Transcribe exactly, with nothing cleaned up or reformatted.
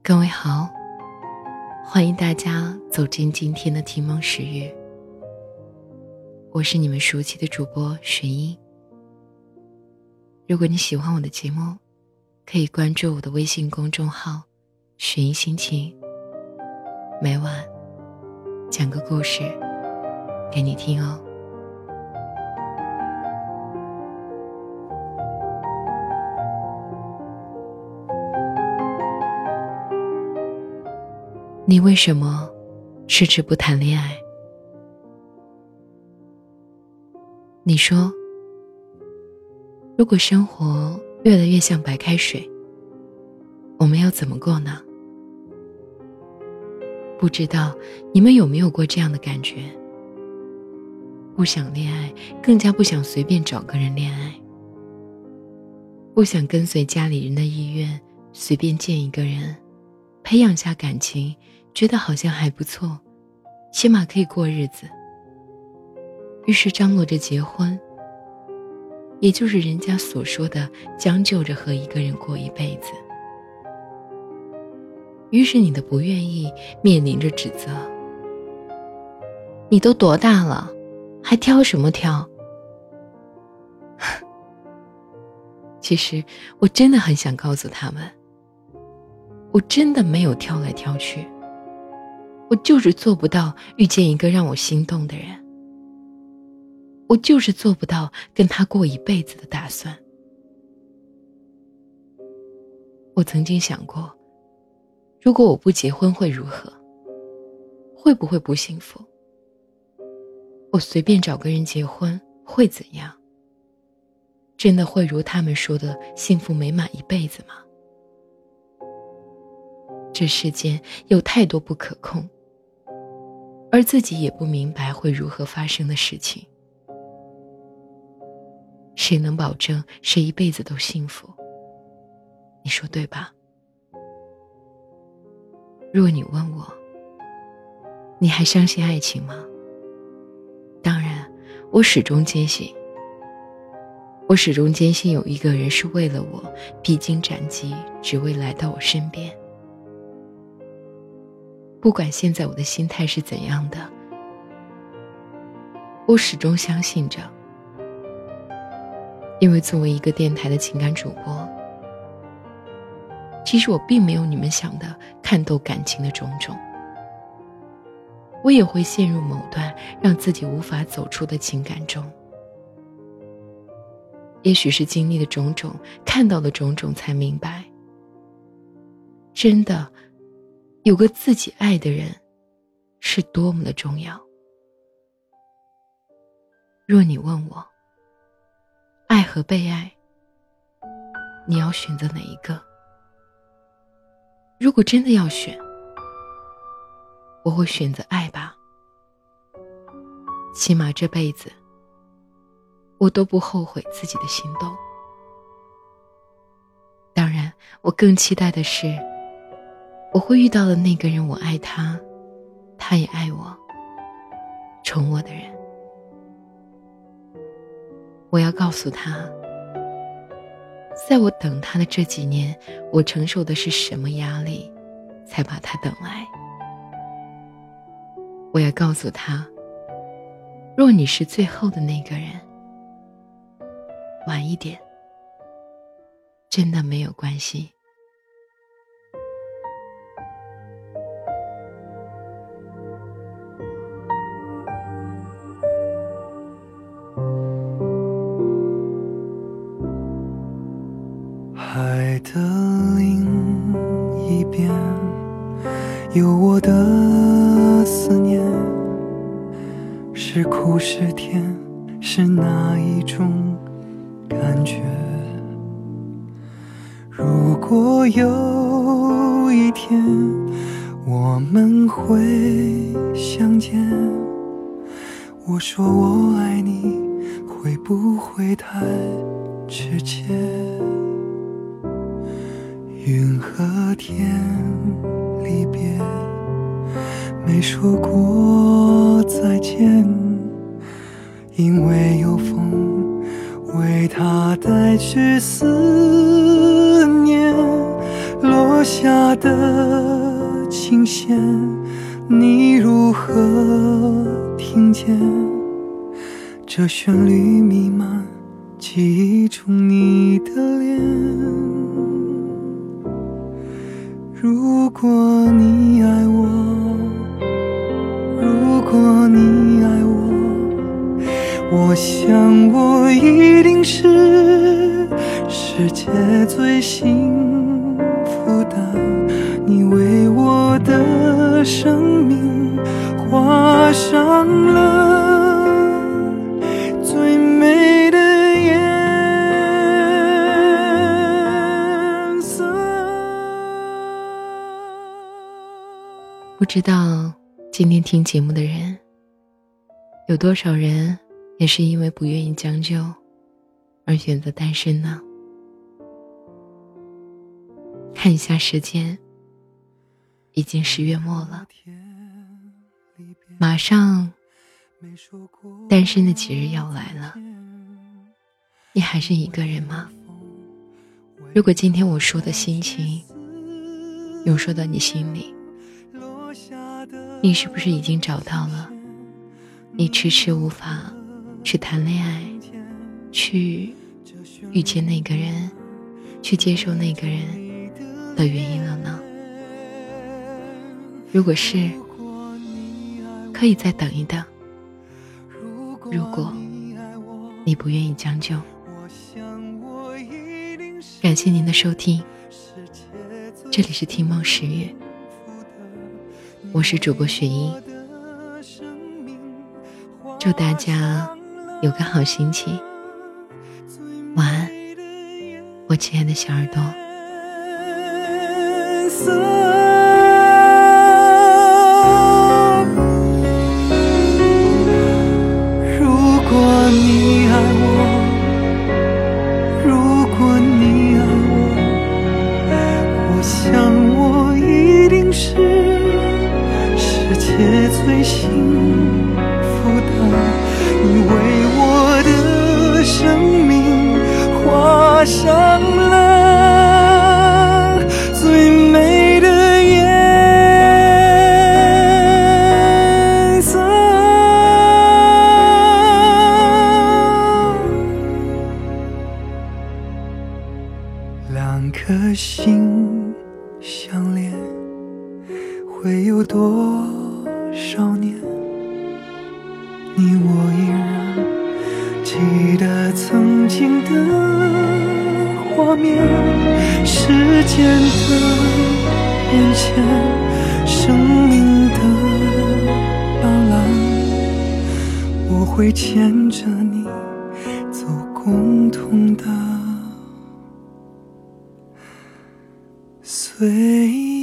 各位好，欢迎大家走进今天的听梦时语，我是你们熟悉的主播玄音。如果你喜欢我的节目，可以关注我的微信公众号玄音心情，每晚讲个故事给你听哦。你为什么迟迟不谈恋爱？你说，如果生活越来越像白开水，我们要怎么过呢？不知道你们有没有过这样的感觉？不想恋爱，更加不想随便找个人恋爱，不想跟随家里人的意愿随便见一个人，培养下感情，觉得好像还不错，起码可以过日子。于是张罗着结婚，也就是人家所说的将就着和一个人过一辈子。于是你的不愿意面临着指责，你都多大了，还挑什么挑？其实我真的很想告诉他们，我真的没有挑来挑去，我就是做不到遇见一个让我心动的人，我就是做不到跟他过一辈子的打算。我曾经想过，如果我不结婚会如何？会不会不幸福？我随便找个人结婚会怎样？真的会如他们说的幸福美满一辈子吗？这世间有太多不可控，而自己也不明白会如何发生的事情。谁能保证谁一辈子都幸福？你说对吧？若你问我，你还相信爱情吗？当然，我始终坚信，我始终坚信有一个人是为了我披荆斩棘，只为来到我身边。不管现在我的心态是怎样的，我始终相信着。因为作为一个电台的情感主播，其实我并没有你们想的看透感情的种种，我也会陷入某段让自己无法走出的情感中。也许是经历的种种，看到的种种，才明白，真的有个自己爱的人是多么的重要。若你问我，爱和被爱，你要选择哪一个？如果真的要选，我会选择爱吧。起码这辈子，我都不后悔自己的行动。当然，我更期待的是，我会遇到的那个人，我爱他，他也爱我，宠我的人。我要告诉他，在我等他的这几年，我承受的是什么压力，才把他等来。我要告诉他，若你是最后的那个人，晚一点，真的没有关系。 海的另一边，有我的思念，是苦是甜，是哪一种感觉？如果有一天我们会相见，我说我爱你，会不会太直接？云和天离别，没说过再见，因为有风为它带去思念，落下下的琴弦，你如何听见？这旋律弥漫记忆中你的脸。如果你爱我，如果你爱我，我想我一定是世界最幸福的。你为我的生命画上了最美的颜色。 不知道今天听节目的人有多少人也是因为不愿意将就而选择单身呢？看一下时间，已经十月末了，马上单身的节日要来了。你还是一个人吗？如果今天我说的心情有说到你心里，你是不是已经找到了你迟迟无法去谈恋爱，去遇见那个人，去接受那个人的原因了呢？如果是，可以再等一等。如果你不愿意将就，感谢您的收听，这里是听梦十月，我是主播雪英，祝大家有个好心情，晚安，我亲爱的小耳朵。 如果你爱我，如果你爱我，我想我一定是世界最幸福的。你为我的生命画上了最美的颜色。两颗心相连，会有多少年？你我依然记得曾经的画面，时间的变迁，生命的斑斓，我会牵着你走共同的岁月。